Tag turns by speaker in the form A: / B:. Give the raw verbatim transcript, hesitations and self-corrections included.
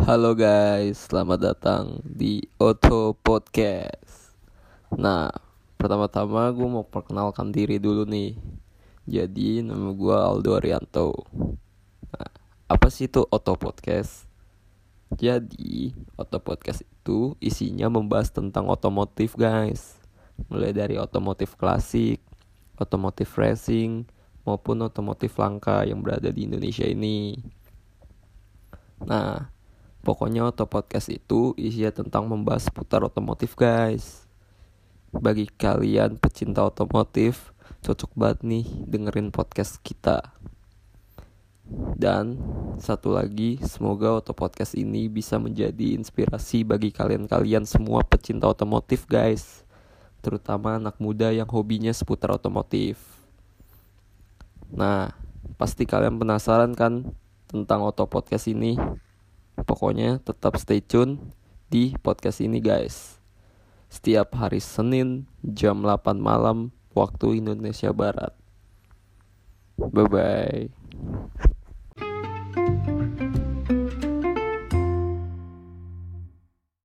A: Halo guys, selamat datang di Auto Podcast. Nah, pertama-tama gue mau perkenalkan diri dulu nih. Jadi, nama gue Aldo Arianto. Nah, apa sih itu Auto Podcast? Jadi, Auto Podcast itu isinya membahas tentang otomotif guys. Mulai dari otomotif klasik, otomotif racing, maupun otomotif langka yang berada di Indonesia ini. Nah, pokoknya Auto Podcast itu isinya tentang membahas seputar otomotif guys. Bagi kalian pecinta otomotif, cocok banget nih dengerin podcast kita. Dan satu lagi, semoga Auto Podcast ini bisa menjadi inspirasi bagi kalian-kalian semua pecinta otomotif guys. Terutama anak muda yang hobinya seputar otomotif. Nah, pasti kalian penasaran kan tentang Auto Podcast ini? Pokoknya tetap stay tune di podcast ini guys. Setiap hari Senin jam delapan malam waktu Indonesia Barat. Bye bye.